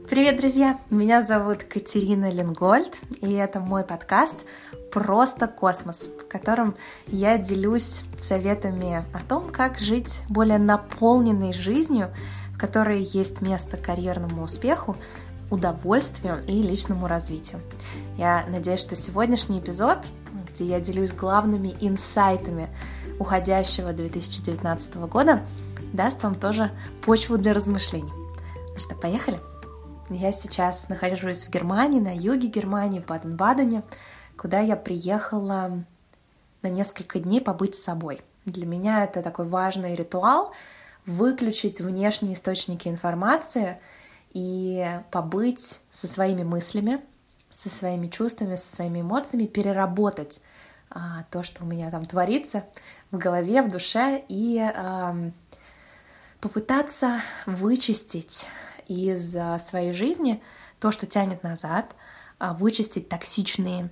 Привет, друзья! Меня зовут Катерина Ленгольд, и это мой подкаст «Просто космос», в котором я делюсь советами о том, как жить более наполненной жизнью, в которой есть место карьерному успеху, удовольствию и личному развитию. Я надеюсь, что сегодняшний эпизод, где я делюсь главными инсайтами уходящего 2019 года, даст вам тоже почву для размышлений. Ну что, поехали? Я сейчас нахожусь в Германии, на юге Германии, в Баден-Бадене, куда я приехала на несколько дней побыть с собой. Для меня это такой важный ритуал — выключить внешние источники информации и побыть со своими мыслями, со своими чувствами, со своими эмоциями, переработать то, что у меня там творится в голове, в душе, и попытаться вычистить из своей жизни то, что тянет назад, вычистить токсичные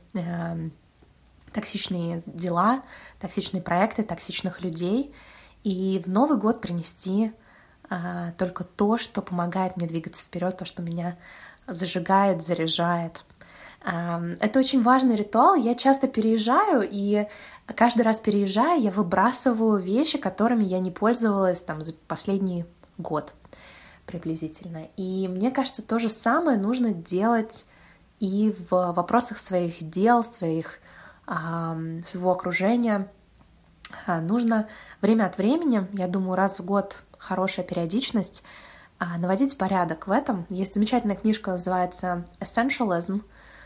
дела, токсичные проекты, токсичных людей, и в Новый год принести только то, что помогает мне двигаться вперед, то, что меня зажигает, заряжает. Это очень важный ритуал. Я часто переезжаю, и каждый раз переезжая, я выбрасываю вещи, которыми я не пользовалась там за последний год приблизительно. И мне кажется, то же самое нужно делать и в вопросах своих дел, своего окружения. Нужно время от времени, я думаю, раз в год хорошая периодичность, наводить порядок в этом. Есть замечательная книжка, называется «Essentialism»,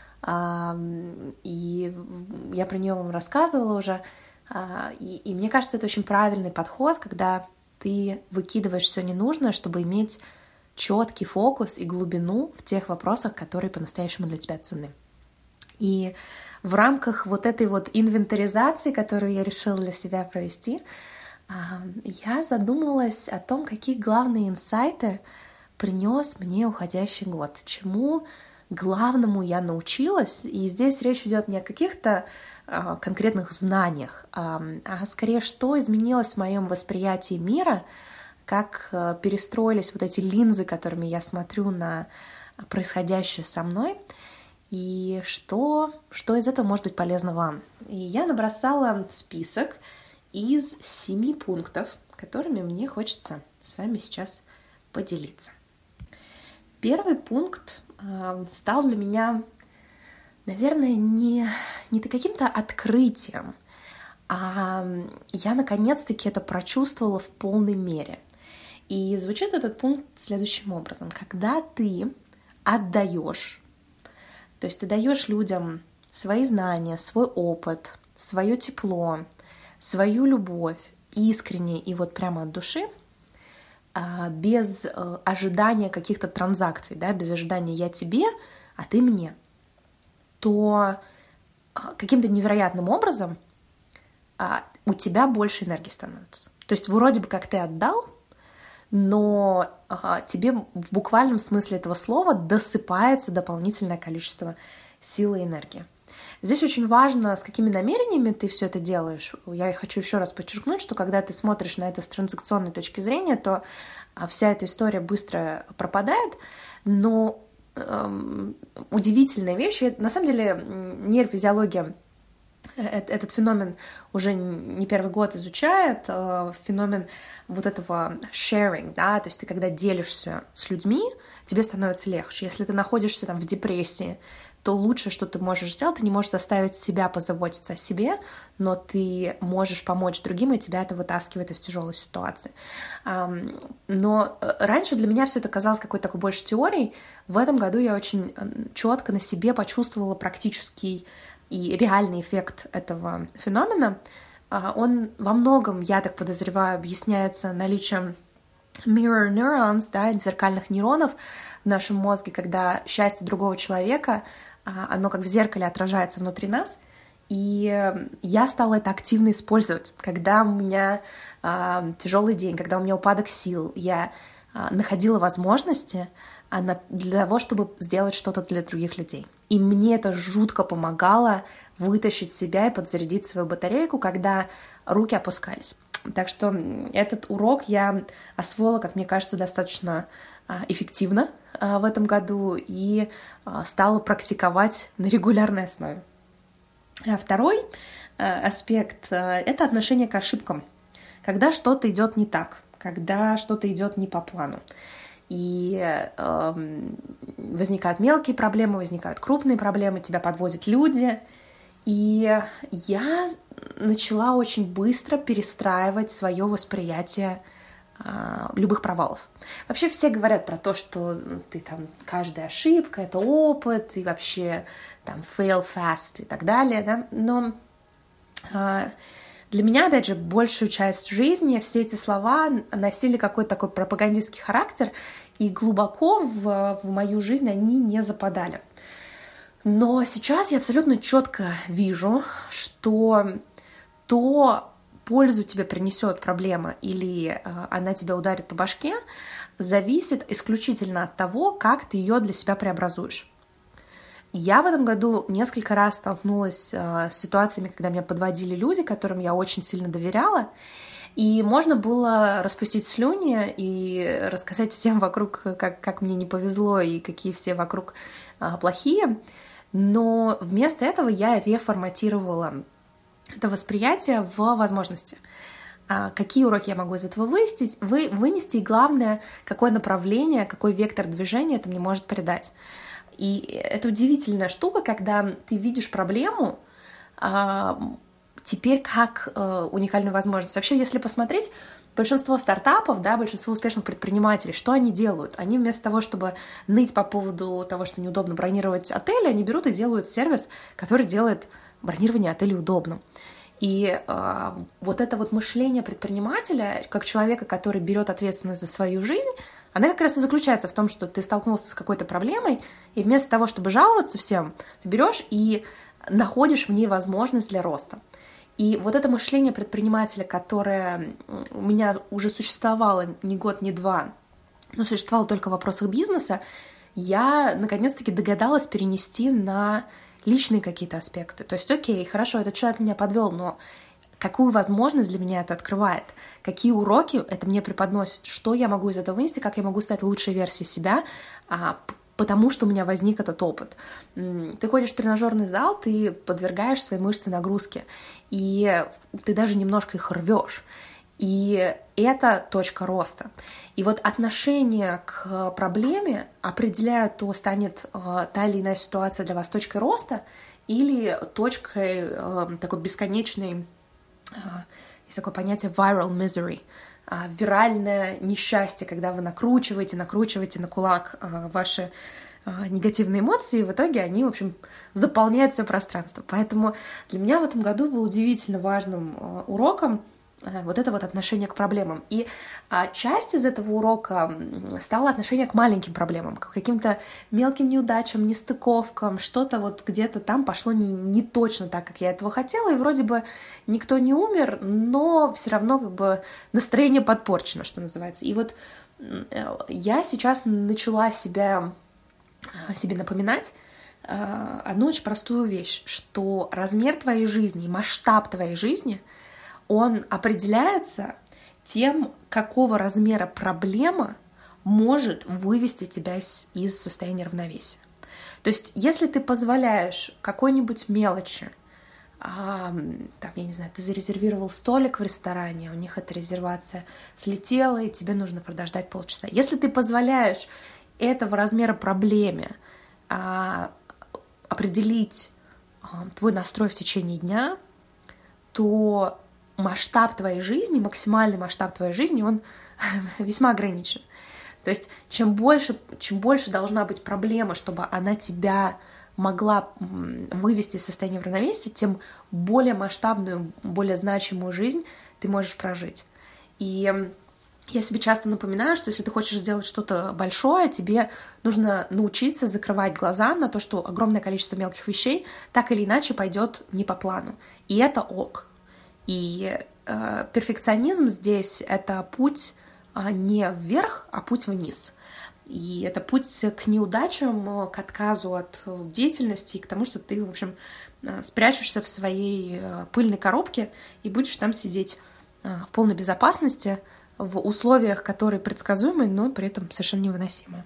и я про нее вам рассказывала уже. И мне кажется, это очень правильный подход, когда ты выкидываешь все ненужное, чтобы иметь четкий фокус и глубину в тех вопросах, которые по-настоящему для тебя ценны. И в рамках вот этой вот инвентаризации, которую я решила для себя провести, я задумалась о том, какие главные инсайты принес мне уходящий год, чему главному я научилась. И здесь речь идет не о каких-то конкретных знаниях, а скорее, что изменилось в моем восприятии мира, как перестроились вот эти линзы, которыми я смотрю на происходящее со мной, и что из этого может быть полезно вам. И я набросала список из 7 пунктов, которыми мне хочется с вами сейчас поделиться. Первый пункт стал для меня, наверное, не каким-то открытием, а я наконец-таки это прочувствовала в полной мере. И звучит этот пункт следующим образом. Когда ты отдаешь, то есть ты даешь людям свои знания, свой опыт, свое тепло, свою любовь искренне и вот прямо от души, без ожидания каких-то транзакций, да, без ожидания «я тебе, а ты мне», то каким-то невероятным образом у тебя больше энергии становится. То есть вроде бы как ты отдал, но тебе в буквальном смысле этого слова досыпается дополнительное количество силы и энергии. Здесь очень важно, с какими намерениями ты все это делаешь. Я хочу еще раз подчеркнуть, что когда ты смотришь на это с транзакционной точки зрения, то вся эта история быстро пропадает, но удивительная вещь, на самом деле нейрофизиология этот феномен уже не первый год изучает, феномен вот этого sharing, да, то есть ты когда делишься с людьми, тебе становится легче. Если ты находишься там в депрессии, то лучшее, что ты можешь сделать, ты не можешь заставить себя позаботиться о себе, но ты можешь помочь другим, и тебя это вытаскивает из тяжелой ситуации. Но раньше для меня все это казалось какой-то такой больше теорией. В этом году я очень четко на себе почувствовала практический и реальный эффект этого феномена. Он во многом, я так подозреваю, объясняется наличием mirror neurons, да, зеркальных нейронов в нашем мозге, когда счастье другого человека, оно как в зеркале отражается внутри нас, и я стала это активно использовать. Когда у меня тяжелый день, когда у меня упадок сил, я находила возможности для того, чтобы сделать что-то для других людей. И мне это жутко помогало вытащить себя и подзарядить свою батарейку, когда руки опускались. Так что этот урок я освоила, как мне кажется, достаточно эффективно в этом году и стала практиковать на регулярной основе. Второй аспект — это отношение к ошибкам. Когда что-то идет не так, когда что-то идет не по плану. И возникают мелкие проблемы, возникают крупные проблемы, тебя подводят люди. И я начала очень быстро перестраивать свое восприятие любых провалов. Вообще все говорят про то, что ты там, каждая ошибка — это опыт, и вообще там fail fast и так далее, да? Но для меня, опять же, большую часть жизни все эти слова носили какой-то такой пропагандистский характер, и глубоко в мою жизнь они не западали. Но сейчас я абсолютно четко вижу, что то пользу тебе принесет проблема или она тебя ударит по башке, зависит исключительно от того, как ты ее для себя преобразуешь. Я в этом году несколько раз столкнулась с ситуациями, когда меня подводили люди, которым я очень сильно доверяла, и можно было распустить слюни и рассказать всем вокруг, как мне не повезло и какие все вокруг плохие. Но вместо этого я реформатировала это восприятие в возможности. Какие уроки я могу из этого вынести, и главное, какое направление, какой вектор движения это мне может придать. И это удивительная штука, когда ты видишь проблему теперь как уникальную возможность. Вообще, если посмотреть, большинство стартапов, да, большинство успешных предпринимателей, что они делают? Они вместо того, чтобы ныть по поводу того, что неудобно бронировать отели, они берут и делают сервис, который делает бронирование отелей удобным. И вот это вот мышление предпринимателя, как человека, который берет ответственность за свою жизнь, она как раз и заключается в том, что ты столкнулся с какой-то проблемой, и вместо того, чтобы жаловаться всем, ты берешь и находишь в ней возможность для роста. И вот это мышление предпринимателя, которое у меня уже существовало не год, не два, но существовало только в вопросах бизнеса, я наконец-таки догадалась перенести на личные какие-то аспекты. То есть, окей, хорошо, этот человек меня подвел, но какую возможность для меня это открывает? Какие уроки это мне преподносит? Что я могу из этого вынести? Как я могу стать лучшей версией себя? Потому что у меня возник этот опыт. Ты ходишь в тренажерный зал, ты подвергаешь свои мышцы нагрузке, и ты даже немножко их рвешь. И это точка роста. И вот отношение к проблеме определяет, то станет та или иная ситуация для вас точкой роста или точкой такой бесконечной, есть такое понятие viral misery, виральное несчастье, когда вы накручиваете на кулак ваши негативные эмоции, и в итоге они, в общем, заполняют все пространство. Поэтому для меня в этом году был удивительно важным уроком вот это вот отношение к проблемам. И часть из этого урока стало отношение к маленьким проблемам, к каким-то мелким неудачам, нестыковкам, что-то вот где-то там пошло не точно так, как я этого хотела, и вроде бы никто не умер, но все равно как бы настроение подпорчено, что называется. И вот я сейчас начала себе напоминать одну очень простую вещь, что размер твоей жизни, масштаб твоей жизни — он определяется тем, какого размера проблема может вывести тебя из состояния равновесия. То есть, если ты позволяешь какой-нибудь мелочи, там, я не знаю, ты зарезервировал столик в ресторане, у них эта резервация слетела, и тебе нужно подождать полчаса. Если ты позволяешь этого размера проблеме определить твой настрой в течение дня, то масштаб твоей жизни, максимальный масштаб твоей жизни, он весьма ограничен. То есть чем больше должна быть проблема, чтобы она тебя могла вывести из состояния равновесия, тем более масштабную, более значимую жизнь ты можешь прожить. И я себе часто напоминаю, что если ты хочешь сделать что-то большое, тебе нужно научиться закрывать глаза на то, что огромное количество мелких вещей так или иначе пойдет не по плану. И это ок. И перфекционизм здесь — это путь не вверх, а путь вниз. И это путь к неудачам, к отказу от деятельности и к тому, что ты, в общем, спрячешься в своей пыльной коробке и будешь там сидеть в полной безопасности, в условиях, которые предсказуемы, но при этом совершенно невыносимы.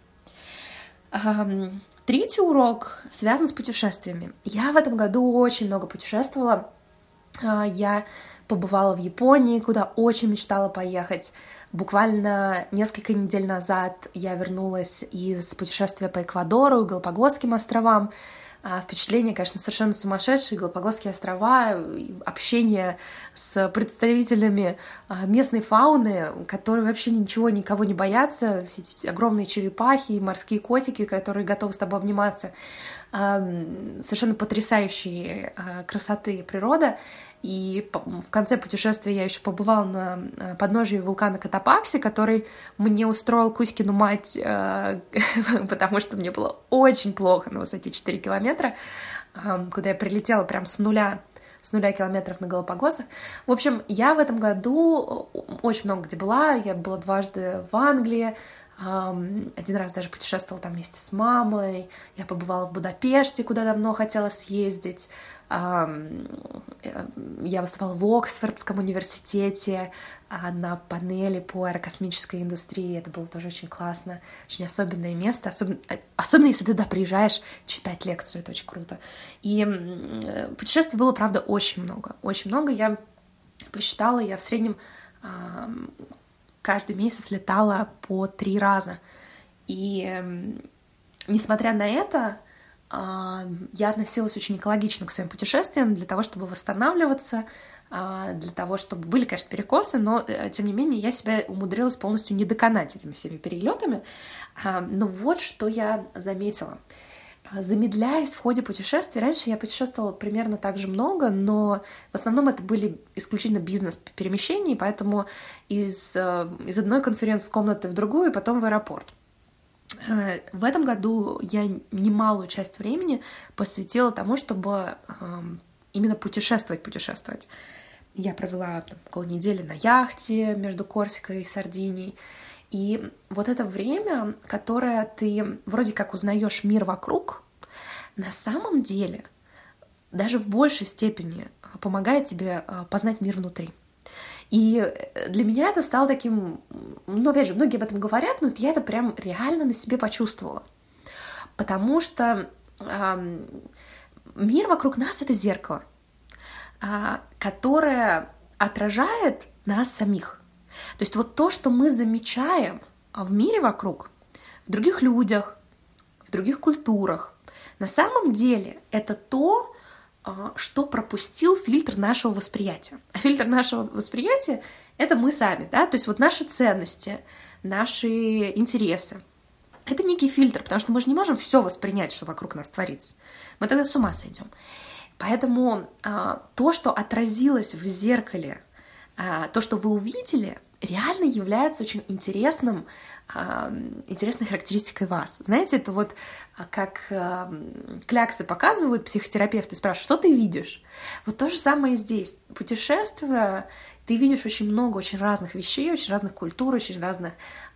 Третий урок связан с путешествиями. Я в этом году очень много путешествовала. Я побывала в Японии, куда очень мечтала поехать. Буквально несколько недель назад я вернулась из путешествия по Эквадору и Галапагосским островам. Впечатления, конечно, совершенно сумасшедшие. Галапагосские острова, общение с представителями местной фауны, которые вообще ничего, никого не боятся. Все эти огромные черепахи, морские котики, которые готовы с тобой обниматься. Совершенно потрясающие красоты природа. И в конце путешествия я еще побывала на подножии вулкана Котопакси, который мне устроил Кузькину мать, потому что мне было очень плохо на высоте 4 километра, куда я прилетела прям с нуля километров на Галапагосах. В общем, я в этом году очень много где была. Я была дважды в Англии, один раз даже путешествовала там вместе с мамой. Я побывала в Будапеште, куда давно хотела съездить. Я выступала в Оксфордском университете на панели по аэрокосмической индустрии. Это было тоже очень классно, очень особенное место, особенно если ты туда приезжаешь читать лекцию, это очень круто. И путешествий было, правда, очень много. Очень много. Я посчитала, я в среднем каждый месяц летала по 3 раза. И несмотря на это, я относилась очень экологично к своим путешествиям для того, чтобы восстанавливаться, для того, чтобы... Были, конечно, перекосы, но, тем не менее, я себя умудрилась полностью не доконать этими всеми перелетами. Но вот что я заметила. Замедляясь в ходе путешествий, раньше я путешествовала примерно так же много, но в основном это были исключительно бизнес-перемещения, поэтому из одной конференц-комнаты в другую, и потом в аэропорт. В этом году я немалую часть времени посвятила тому, чтобы именно путешествовать. Я провела около недели на яхте между Корсикой и Сардинией. И вот это время, которое ты вроде как узнаешь мир вокруг, на самом деле даже в большей степени помогает тебе познать мир внутри. И для меня это стало таким... Ну, опять же, многие об этом говорят, но я это прям реально на себе почувствовала. Потому что мир вокруг нас — это зеркало, которое отражает нас самих. То есть вот то, что мы замечаем в мире вокруг, в других людях, в других культурах, на самом деле это то, что пропустил фильтр нашего восприятия. А фильтр нашего восприятия — это мы сами, да, то есть вот наши ценности, наши интересы. Это некий фильтр, потому что мы же не можем все воспринять, что вокруг нас творится. Мы тогда с ума сойдем. Поэтому то, что отразилось в зеркале, то, что вы увидели, реально является очень интересной характеристикой вас. Знаете, это вот как кляксы показывают психотерапевты, спрашивают, что ты видишь? Вот то же самое и здесь. Путешествуя, ты видишь очень много очень разных вещей, очень разных культур, очень разных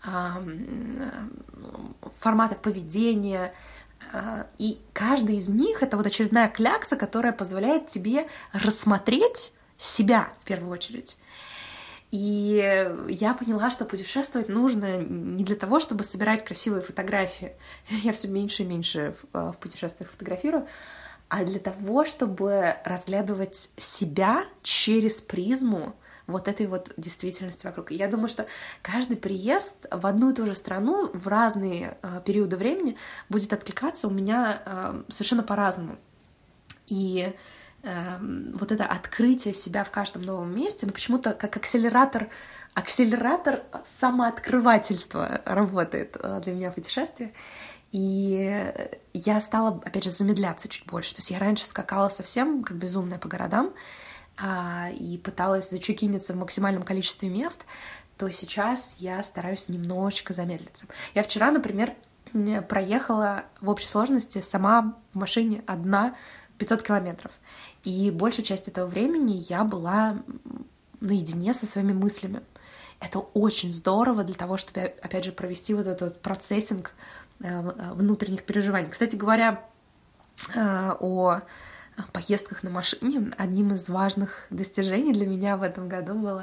форматов поведения. И каждый из них — это вот очередная клякса, которая позволяет тебе рассмотреть себя в первую очередь. И я поняла, что путешествовать нужно не для того, чтобы собирать красивые фотографии. Я все меньше и меньше в путешествиях фотографирую, а для того, чтобы разглядывать себя через призму вот этой вот действительности вокруг. И я думаю, что каждый приезд в одну и ту же страну в разные периоды времени будет откликаться у меня совершенно по-разному. И вот это открытие себя в каждом новом месте, но почему-то как акселератор самооткрывательства работает для меня в путешествии. И я стала, опять же, замедляться чуть больше. То есть я раньше скакала совсем как безумная по городам и пыталась зачекиниться в максимальном количестве мест, то сейчас я стараюсь немножечко замедлиться. Я вчера, например, проехала в общей сложности сама в машине одна 500 километров. И большую часть этого времени я была наедине со своими мыслями. Это очень здорово для того, чтобы, опять же, провести вот этот процессинг внутренних переживаний. Кстати говоря, о поездках на машине, одним из важных достижений для меня в этом году было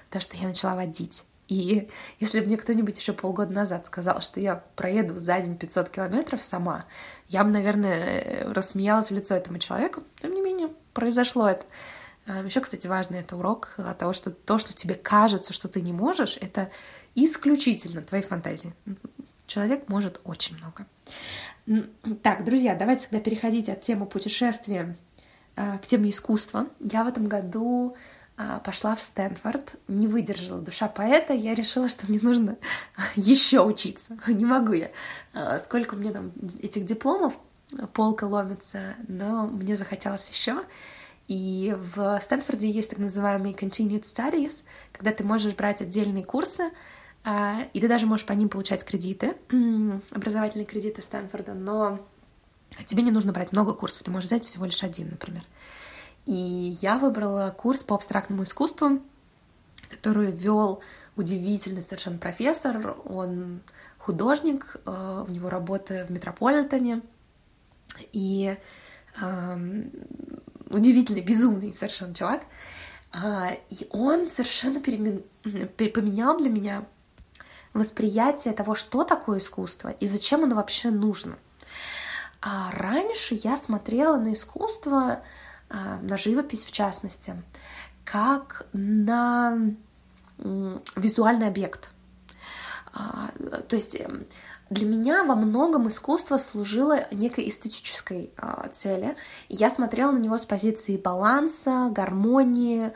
потому что я начала водить. И если бы мне кто-нибудь еще полгода назад сказал, что я проеду за день 500 километров сама, я бы, наверное, рассмеялась в лицо этому человеку. Тем не менее, произошло это. Еще, кстати, важный это урок того, что то, что тебе кажется, что ты не можешь, это исключительно твои фантазии. Человек может очень много. Так, друзья, давайте тогда переходить от темы путешествия к теме искусства. Я в этом году пошла в Стэнфорд, не выдержала душа поэта, я решила, что мне нужно еще учиться. Не могу я. Сколько у меня там этих дипломов, полка ломится, но мне захотелось еще. И в Стэнфорде есть так называемые continued studies, когда ты можешь брать отдельные курсы, и ты даже можешь по ним получать кредиты, образовательные кредиты Стэнфорда, но тебе не нужно брать много курсов, ты можешь взять всего лишь один, например. И я выбрала курс по абстрактному искусству, который вел удивительный совершенно профессор. Он художник, у него работа в Метрополитене. И удивительный, безумный совершенно чувак. И он совершенно поменял для меня восприятие того, что такое искусство и зачем оно вообще нужно. А раньше я смотрела на искусство, на живопись в частности, как на визуальный объект. То есть для меня во многом искусство служило некой эстетической цели. И я смотрела на него с позиции баланса, гармонии,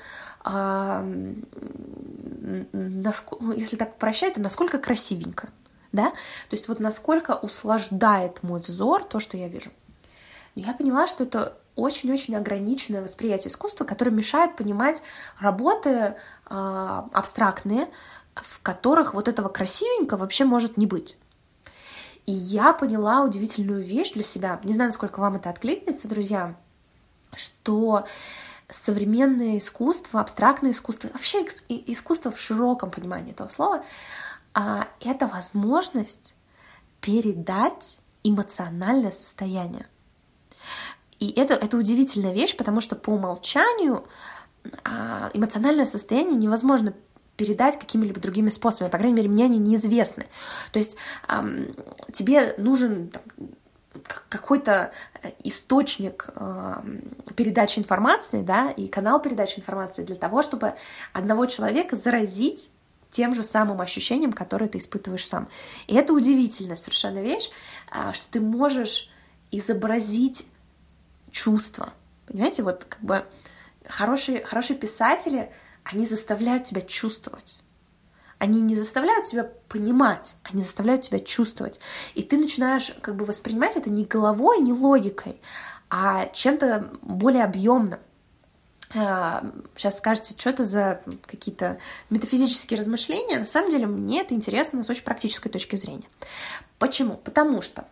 если так прощать, то насколько красивенько, да? То есть вот насколько услаждает мой взор то, что я вижу. Но я поняла, что это очень-очень ограниченное восприятие искусства, которое мешает понимать работы абстрактные, в которых вот этого красивенько вообще может не быть. И я поняла удивительную вещь для себя, не знаю, насколько вам это откликнется, друзья, что современное искусство, абстрактное искусство, вообще искусство в широком понимании этого слова, это возможность передать эмоциональное состояние. И это удивительная вещь, потому что по умолчанию эмоциональное состояние невозможно передать какими-либо другими способами. По крайней мере, мне они неизвестны. То есть тебе нужен какой-то источник передачи информации, да, и канал передачи информации для того, чтобы одного человека заразить тем же самым ощущением, которое ты испытываешь сам. И это удивительная совершенно вещь, что ты можешь изобразить чувства. Понимаете, вот как бы хорошие писатели, они заставляют тебя чувствовать. Они не заставляют тебя понимать, они заставляют тебя чувствовать. И ты начинаешь как бы воспринимать это не головой, не логикой, а чем-то более объемным. Сейчас скажете, что это за какие-то метафизические размышления. На самом деле мне это интересно с очень практической точки зрения. Почему? Потому что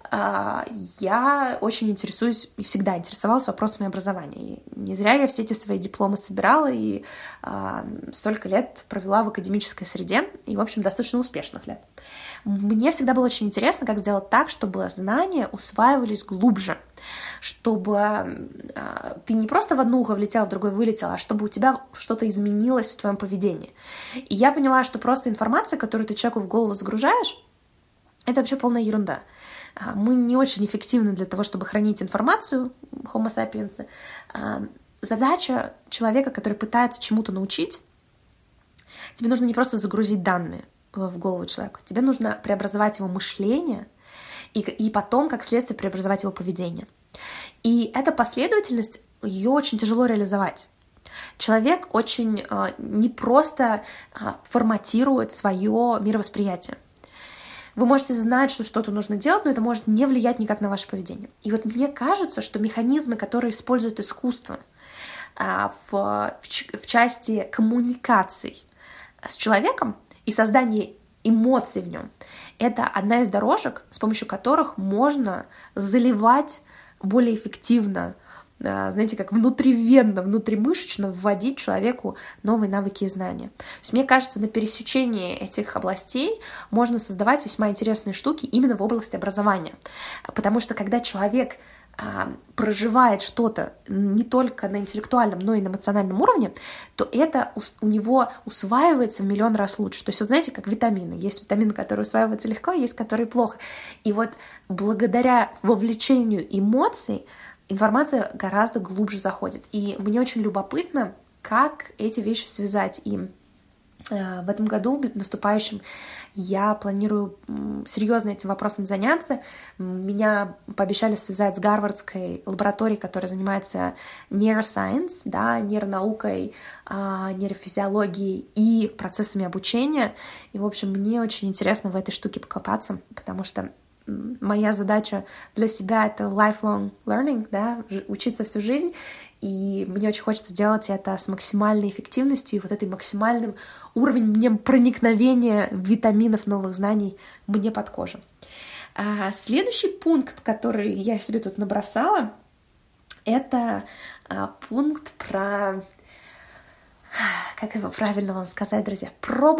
я очень интересуюсь и всегда интересовалась вопросами образования. И не зря я все эти свои дипломы собирала и столько лет провела в академической среде, и, в общем, достаточно успешных лет. Мне всегда было очень интересно, как сделать так, чтобы знания усваивались глубже, чтобы ты не просто в одно ухо влетела, в другое вылетела, а чтобы у тебя что-то изменилось в твоем поведении. И я поняла, что просто информация, которую ты человеку в голову загружаешь, это вообще полная ерунда. Мы не очень эффективны для того, чтобы хранить информацию, Homo sapiens. Задача человека, который пытается чему-то научить, тебе нужно не просто загрузить данные в голову человека, тебе нужно преобразовать его мышление и потом, как следствие, преобразовать его поведение. И эта последовательность, ее очень тяжело реализовать. Человек очень непросто форматирует свое мировосприятие. Вы можете знать, что что-то нужно делать, но это может не влиять никак на ваше поведение. И вот мне кажется, что механизмы, которые используют искусство в части коммуникаций с человеком и создания эмоций в нем, это одна из дорожек, с помощью которых можно заливать более эффективно, знаете, как внутривенно, внутримышечно вводить человеку новые навыки и знания. То есть, мне кажется, на пересечении этих областей можно создавать весьма интересные штуки именно в области образования. Потому что когда человек проживает что-то не только на интеллектуальном, но и на эмоциональном уровне, то это у него усваивается в миллион раз лучше. То есть, вы знаете, как витамины. Есть витамины, которые усваиваются легко, есть которые плохо. И вот благодаря вовлечению эмоций информация гораздо глубже заходит. И мне очень любопытно, как эти вещи связать. И в этом году, наступающем, я планирую серьезно этим вопросом заняться. Меня пообещали связать с Гарвардской лабораторией, которая занимается neuroscience, да, нейронаукой, нейрофизиологией и процессами обучения. И, в общем, мне очень интересно в этой штуке покопаться, потому что моя задача для себя — это lifelong learning, да, учиться всю жизнь, и мне очень хочется делать это с максимальной эффективностью и вот этой максимальным уровнем проникновения витаминов новых знаний мне под кожу. Следующий пункт, который я себе тут набросала, это пункт про... Как его правильно вам сказать, друзья?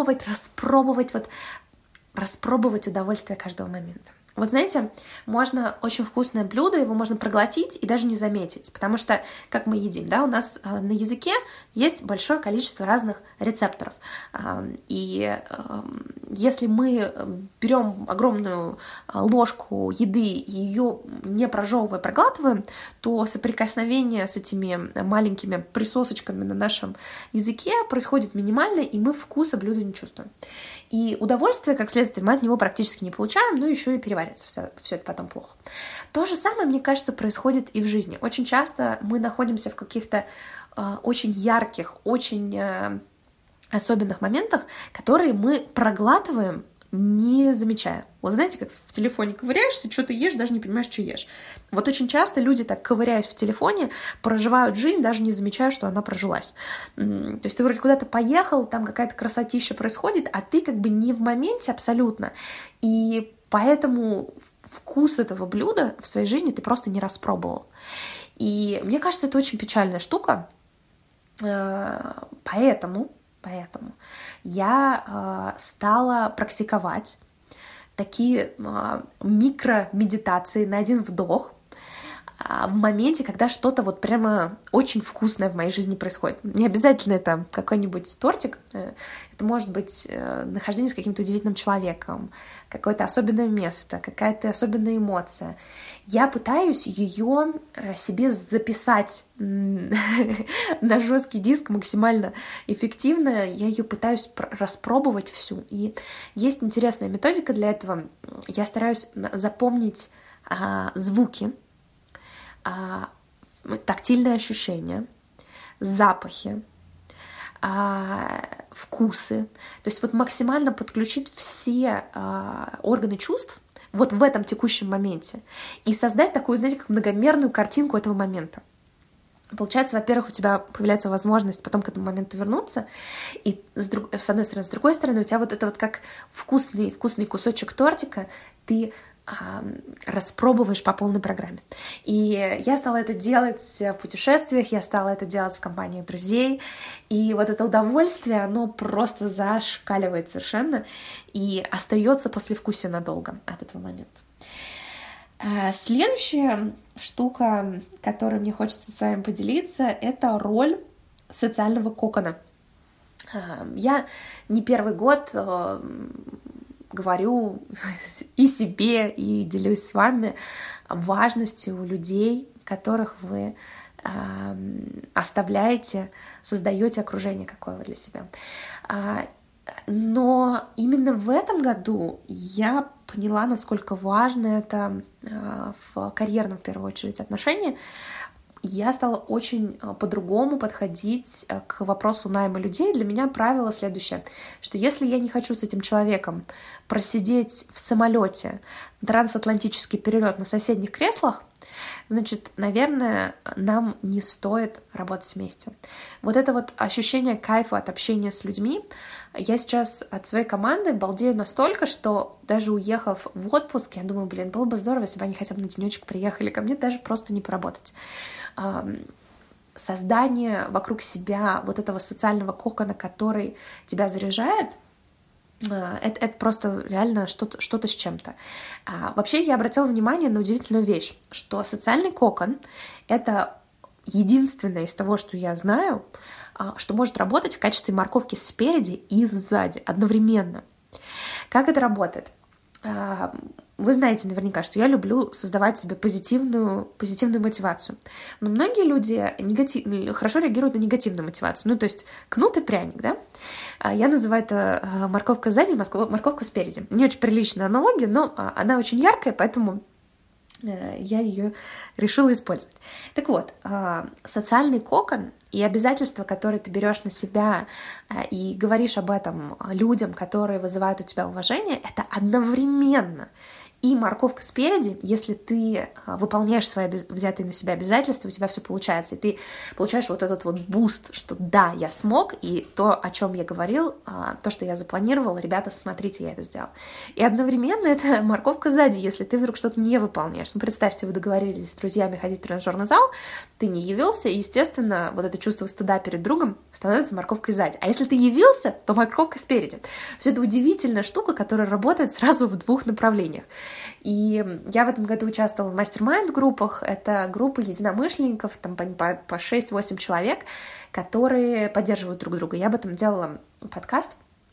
Распробовать удовольствие каждого момента. Вот знаете, можно очень вкусное блюдо, его можно проглотить и даже не заметить, потому что, как мы едим, да, у нас на языке есть большое количество разных рецепторов, и если мы берем огромную ложку еды и ее не прожевывая проглатываем, то соприкосновение с этими маленькими присосочками на нашем языке происходит минимально, и мы вкуса блюда не чувствуем. И удовольствие, как следствие, мы от него практически не получаем, но еще и переваривается все это потом плохо. То же самое, мне кажется, происходит и в жизни. Очень часто мы находимся в каких-то очень ярких, очень особенных моментах, которые мы проглатываем, не замечая. Вот знаете, как в телефоне ковыряешься, что ты ешь, даже не понимаешь, что ешь. Вот очень часто люди, так ковыряясь в телефоне, проживают жизнь, даже не замечая, что она прожилась. То есть ты вроде куда-то поехал, там какая-то красотища происходит, а ты как бы не в моменте абсолютно. И поэтому вкус этого блюда в своей жизни ты просто не распробовал. И мне кажется, это очень печальная штука. Поэтому я стала практиковать такие микромедитации на один вдох в моменте, когда что-то вот прямо очень вкусное в моей жизни происходит. Не обязательно это какой-нибудь тортик, это может быть нахождение с каким-то удивительным человеком, какое-то особенное место, какая-то особенная эмоция. Я пытаюсь ее себе записать на жесткий диск максимально эффективно, я ее пытаюсь распробовать всю. И есть интересная методика для этого. Я стараюсь запомнить звуки, тактильные ощущения, запахи, вкусы. То есть вот максимально подключить все органы чувств вот в этом текущем моменте и создать такую, знаете, как многомерную картинку этого момента. Получается, во-первых, у тебя появляется возможность потом к этому моменту вернуться, и с одной стороны, с другой стороны, у тебя вот это вот как вкусный кусочек тортика, ты распробуешь по полной программе. И я стала это делать в путешествиях, я стала это делать в компании друзей, и вот это удовольствие, оно просто зашкаливает совершенно и остается послевкусие надолго от этого момента. Следующая штука, которой мне хочется с вами поделиться, это роль социального кокона. Я не первый год говорю и себе, и делюсь с вами важностью людей, которых вы оставляете, создаете окружение какое-то для себя. Но именно в этом году я поняла, насколько важно это в карьерном, в первую очередь, отношении. Я стала очень по-другому подходить к вопросу найма людей. Для меня правило следующее, что если я не хочу с этим человеком просидеть в самолете трансатлантический перелет на соседних креслах, значит, наверное, нам не стоит работать вместе. Вот это вот ощущение кайфа от общения с людьми, я сейчас от своей команды балдею настолько, что даже уехав в отпуск, я думаю, было бы здорово, если бы они хотя бы на денечек приехали ко мне, даже просто не поработать. Создание вокруг себя вот этого социального кокона, который тебя заряжает, Это просто реально что-то с чем-то. Вообще я обратила внимание на удивительную вещь, что социальный кокон — это единственное из того, что я знаю, что может работать в качестве морковки спереди и сзади одновременно. Как это работает? Вы знаете наверняка, что я люблю создавать себе позитивную мотивацию. Но многие люди хорошо реагируют на негативную мотивацию. То есть кнут и пряник, да? Я называю это морковка сзади, морковка спереди. Не очень приличная аналогия, но она очень яркая, поэтому я ее решила использовать. Так вот, социальный кокон и обязательства, которые ты берешь на себя и говоришь об этом людям, которые вызывают у тебя уважение, это одновременно и морковка спереди, если ты выполняешь свои взятые на себя обязательства, у тебя все получается, и ты получаешь вот этот вот буст, что да, я смог, и то, о чем я говорил, то, что я запланировала, ребята, смотрите, я это сделал. И одновременно это морковка сзади, если ты вдруг что-то не выполняешь. Представьте, вы договорились с друзьями ходить в тренажерный зал, ты не явился, и, естественно, вот это чувство стыда перед другом становится морковкой сзади. А если ты явился, то морковка спереди. То есть это удивительная штука, которая работает сразу в двух направлениях. И я в этом году участвовала в мастер-майнд-группах. Это группы единомышленников, там по 6-8 человек, которые поддерживают друг друга. Я об этом делала подкаст.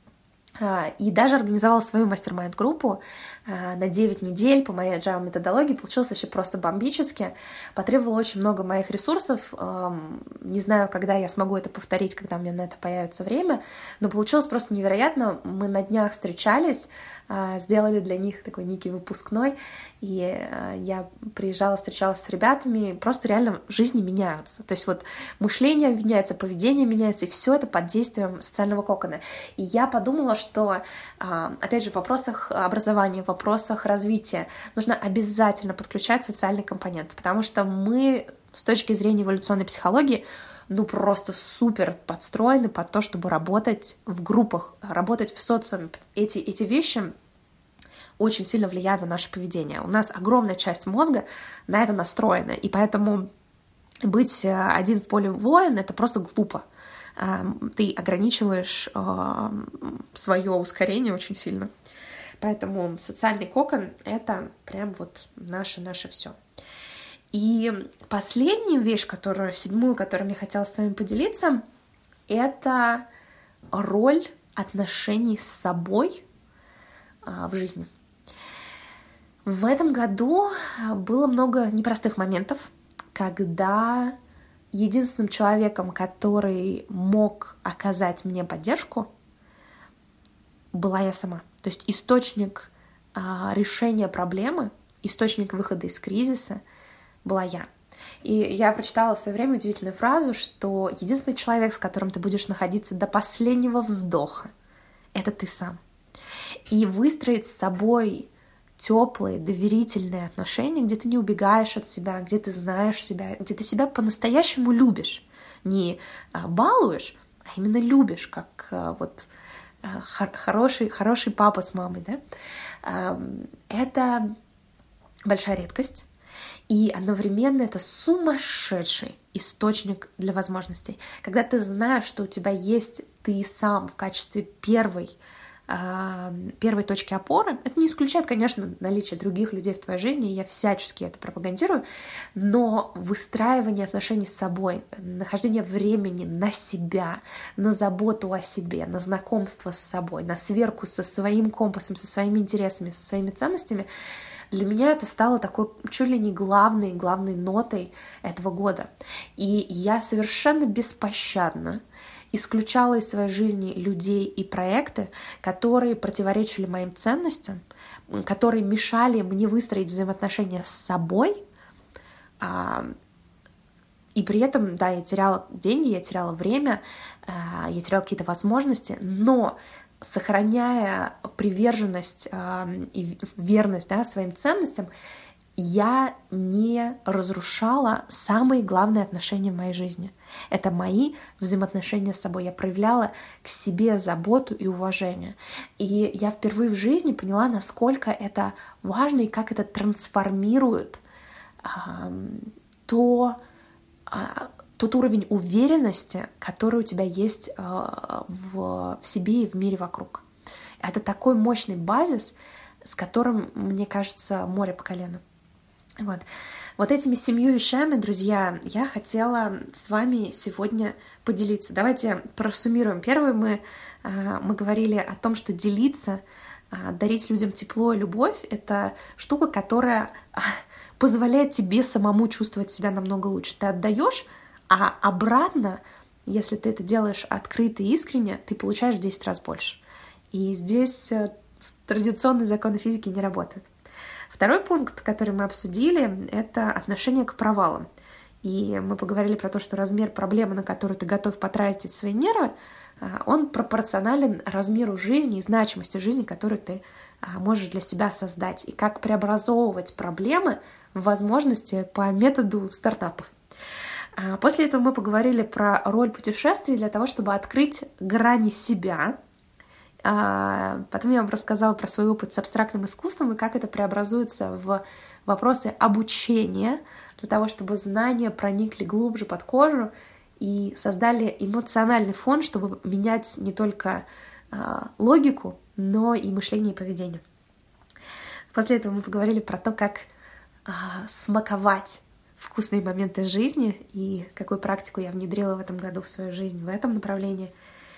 И даже организовала свою мастер-майнд-группу на 9 недель по моей agile методологии. Получилось вообще просто бомбически. Потребовало очень много моих ресурсов. Не знаю, когда я смогу это повторить, когда у меня на это появится время, но получилось просто невероятно. Мы на днях встречались, сделали для них такой некий выпускной, и я приезжала, встречалась с ребятами, просто реально жизни меняются. То есть вот мышление меняется, поведение меняется, и все это под действием социального кокона. И я подумала, что, опять же, в вопросах образования, в вопросах развития нужно обязательно подключать социальный компонент, потому что мы с точки зрения эволюционной психологии просто супер подстроены под то, чтобы работать в группах, работать в социуме. Эти вещи очень сильно влияют на наше поведение. У нас огромная часть мозга на это настроена, и поэтому быть один в поле воин — это просто глупо. Ты ограничиваешь свое ускорение очень сильно. Поэтому социальный кокон — это прям вот наше все. И последнюю вещь, седьмую, которую я хотела с вами поделиться, это роль отношений с собой в жизни. В этом году было много непростых моментов, когда единственным человеком, который мог оказать мне поддержку, была я сама. То есть источник решения проблемы, источник выхода из кризиса была я. И я прочитала в свое время удивительную фразу, что единственный человек, с которым ты будешь находиться до последнего вздоха, это ты сам. И выстроить с собой теплые, доверительные отношения, где ты не убегаешь от себя, где ты знаешь себя, где ты себя по-настоящему любишь. Не балуешь, а именно любишь, как хороший папа с мамой, да? Это большая редкость. И одновременно это сумасшедший источник для возможностей. Когда ты знаешь, что у тебя есть ты сам в качестве первой точки опоры, это не исключает, конечно, наличие других людей в твоей жизни, и я всячески это пропагандирую, но выстраивание отношений с собой, нахождение времени на себя, на заботу о себе, на знакомство с собой, на сверку со своим компасом, со своими интересами, со своими ценностями, для меня это стало такой чуть ли не главной нотой этого года. И я совершенно беспощадно исключала из своей жизни людей и проекты, которые противоречили моим ценностям, которые мешали мне выстроить взаимоотношения с собой. И при этом, да, я теряла деньги, я теряла время, я теряла какие-то возможности, но сохраняя приверженность и верность, да, своим ценностям, я не разрушала самые главные отношения в моей жизни. Это мои взаимоотношения с собой. Я проявляла к себе заботу и уважение. И я впервые в жизни поняла, насколько это важно и как это трансформирует тот уровень уверенности, который у тебя есть в себе и в мире вокруг. Это такой мощный базис, с которым, мне кажется, море по колено. Вот этими 7 вещами, друзья, я хотела с вами сегодня поделиться. Давайте просуммируем. Первое, мы говорили о том, что делиться, дарить людям тепло и любовь — это штука, которая позволяет тебе самому чувствовать себя намного лучше. Ты отдаешь, а обратно, если ты это делаешь открыто и искренне, ты получаешь в 10 раз больше. И здесь традиционные законы физики не работают. Второй пункт, который мы обсудили, это отношение к провалам. И мы поговорили про то, что размер проблемы, на которую ты готов потратить свои нервы, он пропорционален размеру жизни и значимости жизни, которую ты можешь для себя создать. И как преобразовывать проблемы в возможности по методу стартапов. После этого мы поговорили про роль путешествий для того, чтобы открыть грани себя. Потом я вам рассказала про свой опыт с абстрактным искусством и как это преобразуется в вопросы обучения, для того, чтобы знания проникли глубже под кожу и создали эмоциональный фон, чтобы менять не только логику, но и мышление и поведение. После этого мы поговорили про то, как смаковать вкусные моменты жизни и какую практику я внедрила в этом году в свою жизнь в этом направлении.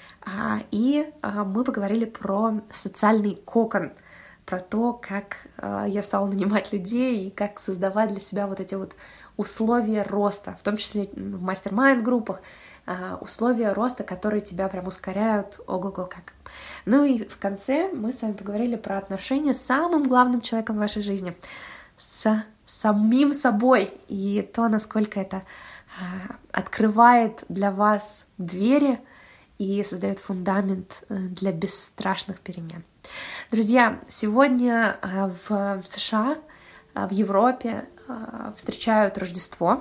И мы поговорили про социальный кокон, про то, как я стала нанимать людей и как создавать для себя вот эти вот условия роста, в том числе в мастер-майнд-группах, условия роста, которые тебя прям ускоряют, ого-го как. Ну и в конце мы с вами поговорили про отношения с самым главным человеком в вашей жизни, с самим собой, и то, насколько это открывает для вас двери и создает фундамент для бесстрашных перемен. Друзья, сегодня в США, в Европе встречают Рождество,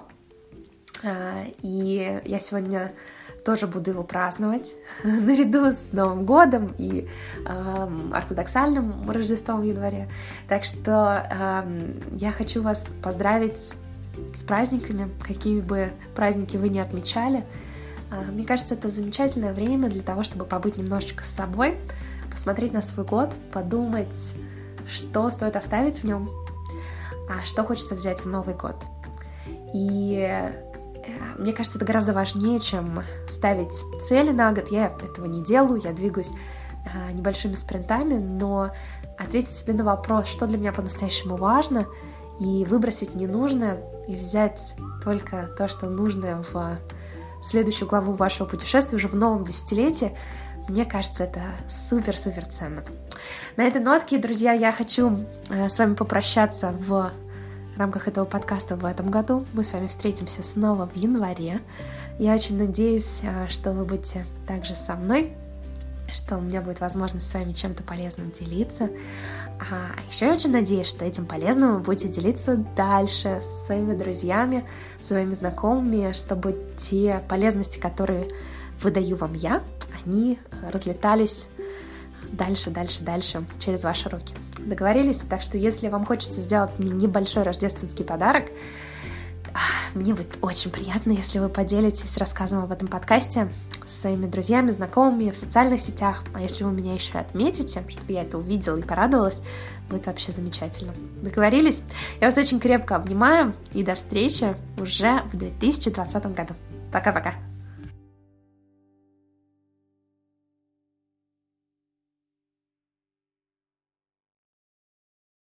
и я сегодня тоже буду его праздновать наряду с Новым годом и ортодоксальным Рождеством в январе. Так что я хочу вас поздравить с праздниками, какими бы праздники вы ни отмечали. Мне кажется, это замечательное время для того, чтобы побыть немножечко с собой, посмотреть на свой год, подумать, что стоит оставить в нем, а что хочется взять в Новый год. И мне кажется, это гораздо важнее, чем ставить цели на год. Я этого не делаю, я двигаюсь небольшими спринтами, но ответить себе на вопрос, что для меня по-настоящему важно, и выбросить ненужное, и взять только то, что нужное в следующую главу вашего путешествия уже в новом десятилетии, мне кажется, это супер-супер ценно. На этой нотке, друзья, я хочу с вами попрощаться в рамках этого подкаста в этом году. Мы с вами встретимся снова в январе. Я очень надеюсь, что вы будете также со мной, что у меня будет возможность с вами чем-то полезным делиться. А еще я очень надеюсь, что этим полезным вы будете делиться дальше с своими друзьями, своими знакомыми, чтобы те полезности, которые выдаю вам я, они разлетались дальше через ваши руки. Договорились? Так что если вам хочется сделать мне небольшой рождественский подарок, мне будет очень приятно, если вы поделитесь рассказом об этом подкасте со своими друзьями, знакомыми в социальных сетях. А если вы меня еще отметите, чтобы я это увидела и порадовалась, будет вообще замечательно. Договорились? Я вас очень крепко обнимаю и до встречи уже в 2020 году. Пока-пока!